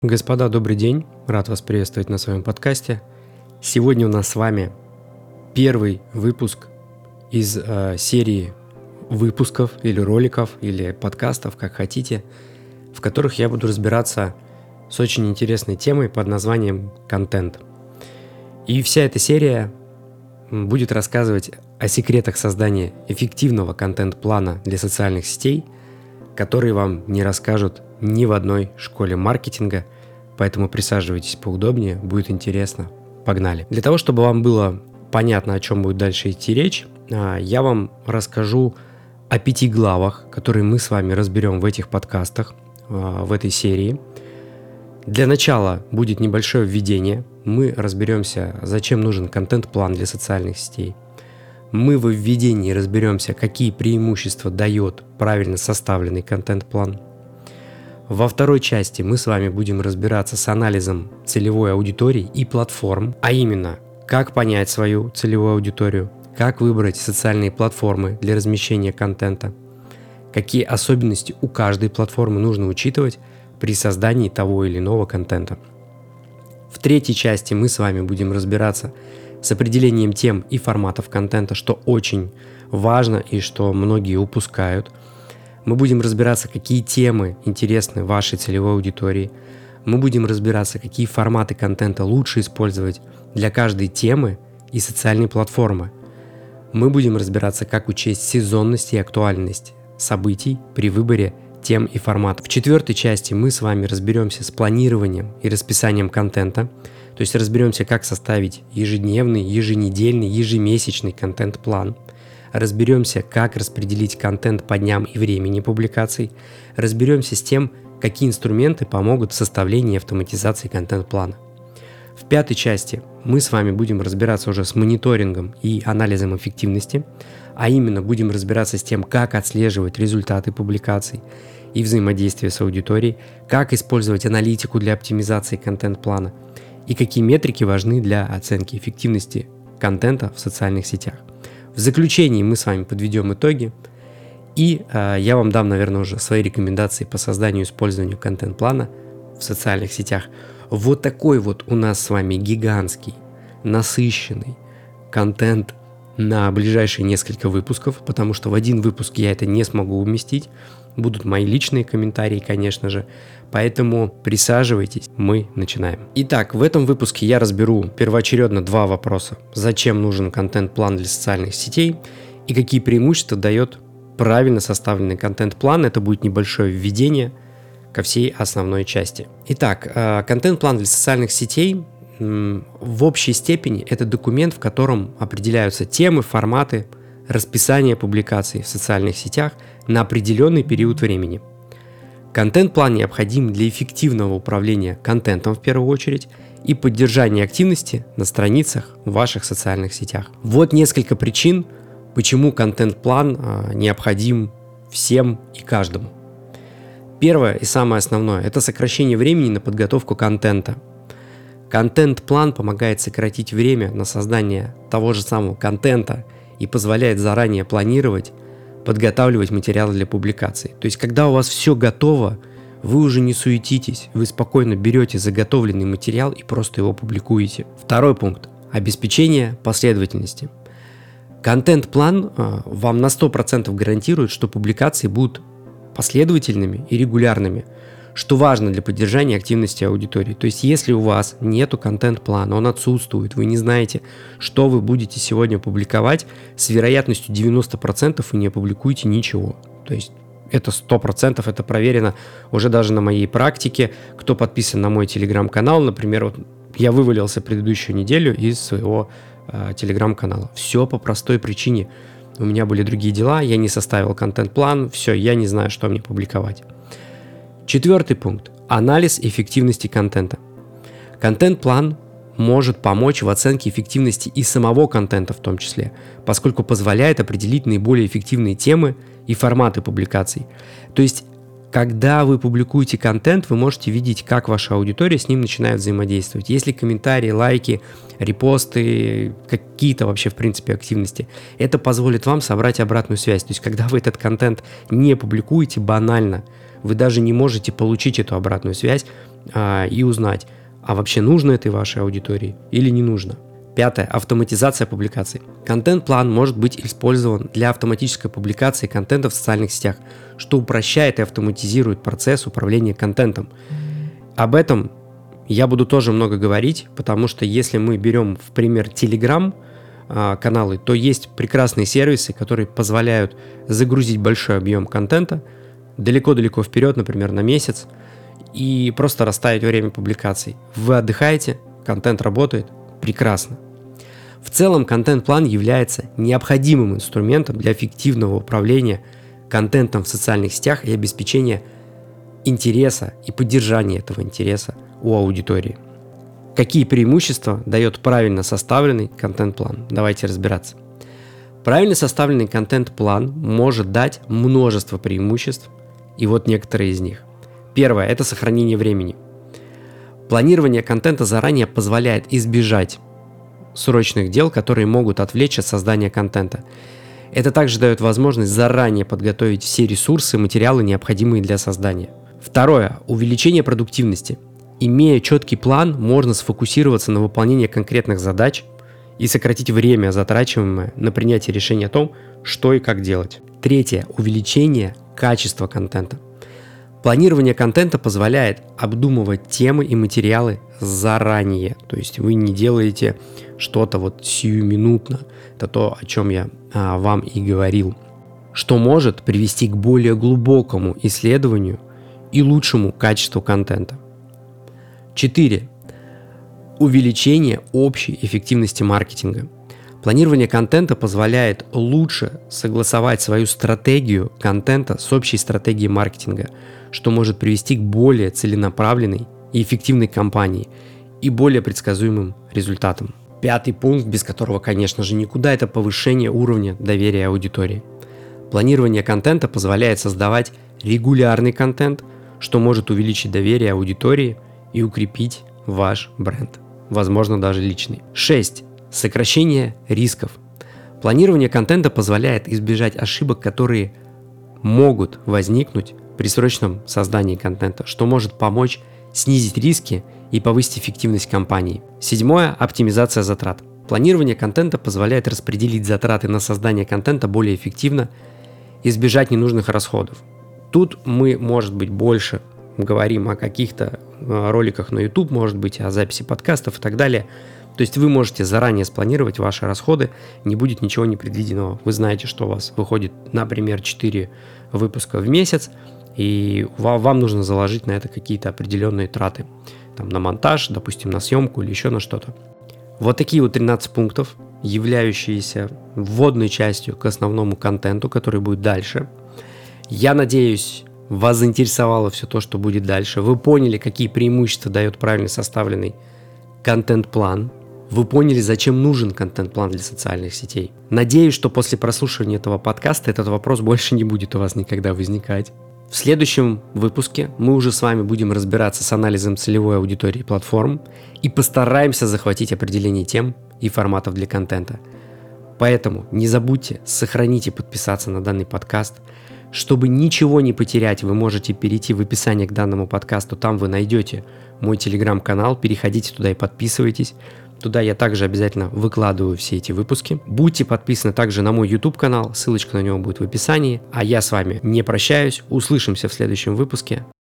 Господа, добрый день! Рад вас приветствовать на своем подкасте. Сегодня у нас с вами первый выпуск из серии выпусков или роликов, или подкастов, как хотите, в которых я буду разбираться с очень интересной темой под названием контент. И вся эта серия будет рассказывать о секретах создания эффективного контент-плана для социальных сетей, которые вам не расскажут ни в одной школе маркетинга, поэтому присаживайтесь поудобнее, будет интересно. Погнали! Для того, чтобы вам было понятно, о чем будет дальше идти речь, я вам расскажу о 5 главах, которые мы с вами разберем в этих подкастах, в этой серии. Для начала будет небольшое введение. Мы разберемся, зачем нужен контент-план для социальных сетей. Мы во введении разберемся, какие преимущества дает правильно составленный контент-план. Во второй части мы с вами будем разбираться с анализом целевой аудитории и платформ, а именно, как понять свою целевую аудиторию, как выбрать социальные платформы для размещения контента, какие особенности у каждой платформы нужно учитывать при создании того или иного контента. В третьей части мы с вами будем разбираться с определением тем и форматов контента, что очень важно и что многие упускают. Мы будем разбираться, какие темы интересны вашей целевой аудитории. Мы будем разбираться, какие форматы контента лучше использовать для каждой темы и социальной платформы. Мы будем разбираться, как учесть сезонность и актуальность событий при выборе тем и форматов. В четвертой части мы с вами разберемся с планированием и расписанием контента, то есть разберемся, как составить ежедневный, еженедельный, ежемесячный контент-план. Разберемся, как распределить контент по дням и времени публикаций. Разберемся с тем, какие инструменты помогут в составлении и автоматизации контент-плана. В пятой части мы с вами будем разбираться уже с мониторингом и анализом эффективности, а именно будем разбираться с тем, как отслеживать результаты публикаций и взаимодействия с аудиторией, как использовать аналитику для оптимизации контент-плана и какие метрики важны для оценки эффективности контента в социальных сетях. В заключении мы с вами подведем итоги, и я вам дам, наверное, уже свои рекомендации по созданию и использованию контент-плана в социальных сетях. Вот такой вот у нас с вами гигантский, насыщенный контент на ближайшие несколько выпусков, потому что в один выпуск я это не смогу уместить. Будут мои личные комментарии, конечно же. Поэтому присаживайтесь, мы начинаем. Итак, в этом выпуске я разберу первоочередно 2 вопроса. Зачем нужен контент-план для социальных сетей и какие преимущества дает правильно составленный контент-план. Это будет небольшое введение ко всей основной части. Итак, контент-план для социальных сетей в общей степени это документ, в котором определяются темы, форматы, расписание публикаций в социальных сетях на определенный период времени. Контент-план необходим для эффективного управления контентом в первую очередь и поддержания активности на страницах в ваших социальных сетях. Вот несколько причин, почему контент-план необходим всем и каждому. Первое и самое основное – это сокращение времени на подготовку контента. Контент-план помогает сократить время на создание того же самого контента и позволяет заранее планировать, подготавливать материалы для публикации. То есть, когда у вас все готово, вы уже не суетитесь, вы спокойно берете заготовленный материал и просто его публикуете. Второй пункт – обеспечение последовательности. Контент-план вам на 100% гарантирует, что публикации будут последовательными и регулярными, что важно для поддержания активности аудитории. То есть, если у вас нету контент-плана, он отсутствует, вы не знаете, что вы будете сегодня публиковать, с вероятностью 90% вы не опубликуете ничего. То есть, это 100%, это проверено уже даже на моей практике. Кто подписан на мой телеграм-канал, например, вот я вывалился предыдущую неделю из своего телеграм-канала. Все по простой причине. У меня были другие дела, я не составил контент-план, все, я не знаю, что мне публиковать. Четвертый пункт – анализ эффективности контента. Контент-план может помочь в оценке эффективности и самого контента в том числе, поскольку позволяет определить наиболее эффективные темы и форматы публикаций. То есть, когда вы публикуете контент, вы можете видеть, как ваша аудитория с ним начинает взаимодействовать. Если комментарии, лайки, репосты, какие-то вообще в принципе активности, это позволит вам собрать обратную связь. То есть, когда вы этот контент не публикуете банально, вы даже не можете получить эту обратную связь, и узнать, а вообще нужно это вашей аудитории или не нужно. 5. Автоматизация публикаций. Контент-план может быть использован для автоматической публикации контента в социальных сетях, что упрощает и автоматизирует процесс управления контентом. Об этом я буду тоже много говорить, потому что если мы берем в пример Telegram каналы, то есть прекрасные сервисы, которые позволяют загрузить большой объем контента далеко-далеко вперед, например, на месяц, и просто расставить время публикаций. Вы отдыхаете, контент работает, прекрасно. В целом, контент-план является необходимым инструментом для эффективного управления контентом в социальных сетях и обеспечения интереса и поддержания этого интереса у аудитории. Какие преимущества дает правильно составленный контент-план? Давайте разбираться. Правильно составленный контент-план может дать множество преимуществ, и вот некоторые из них. Первое – это сохранение времени. Планирование контента заранее позволяет избежать срочных дел, которые могут отвлечь от создания контента. Это также дает возможность заранее подготовить все ресурсы и материалы, необходимые для создания. Второе – увеличение продуктивности. Имея четкий план, можно сфокусироваться на выполнении конкретных задач и сократить время, затрачиваемое на принятие решения о том, что и как делать. Третье – увеличение качества контента. Планирование контента позволяет обдумывать темы и материалы заранее. То есть вы не делаете что-то вот сиюминутно. Это то, о чем я вам и говорил. Что может привести к более глубокому исследованию и лучшему качеству контента. 4. Увеличение общей эффективности маркетинга. Планирование контента позволяет лучше согласовать свою стратегию контента с общей стратегией маркетинга, что может привести к более целенаправленной и эффективной кампании и более предсказуемым результатам. 5. пункт, без которого, конечно же, никуда, это повышение уровня доверия аудитории. Планирование контента позволяет создавать регулярный контент, что может увеличить доверие аудитории и укрепить ваш бренд, возможно, даже личный. 6. Сокращение рисков. Планирование контента позволяет избежать ошибок, которые могут возникнуть при срочном создании контента, что может помочь снизить риски и повысить эффективность кампании. 7. Оптимизация затрат. Планирование контента позволяет распределить затраты на создание контента более эффективно и избежать ненужных расходов. Тут мы, может быть, больше говорим о каких-то роликах на YouTube, может быть, о записи подкастов и так далее. То есть вы можете заранее спланировать ваши расходы, не будет ничего непредвиденного. Вы знаете, что у вас выходит, например, 4 выпуска в месяц, и вам нужно заложить на это какие-то определенные траты. Там, на монтаж, допустим, на съемку или еще на что-то. Вот такие вот 13 пунктов, являющиеся вводной частью к основному контенту, который будет дальше. Я надеюсь, вас заинтересовало все то, что будет дальше. Вы поняли, какие преимущества дает правильно составленный контент-план. Вы поняли, зачем нужен контент-план для социальных сетей. Надеюсь, что после прослушивания этого подкаста этот вопрос больше не будет у вас никогда возникать. В следующем выпуске мы уже с вами будем разбираться с анализом целевой аудитории платформ и постараемся захватить определение тем и форматов для контента. Поэтому не забудьте сохранить и подписаться на данный подкаст. Чтобы ничего не потерять, вы можете перейти в описание к данному подкасту. Там вы найдете мой телеграм-канал. Переходите туда и подписывайтесь. Туда я также обязательно выкладываю все эти выпуски. Будьте подписаны также на мой YouTube-канал. Ссылочка на него будет в описании. А я с вами не прощаюсь. Услышимся в следующем выпуске.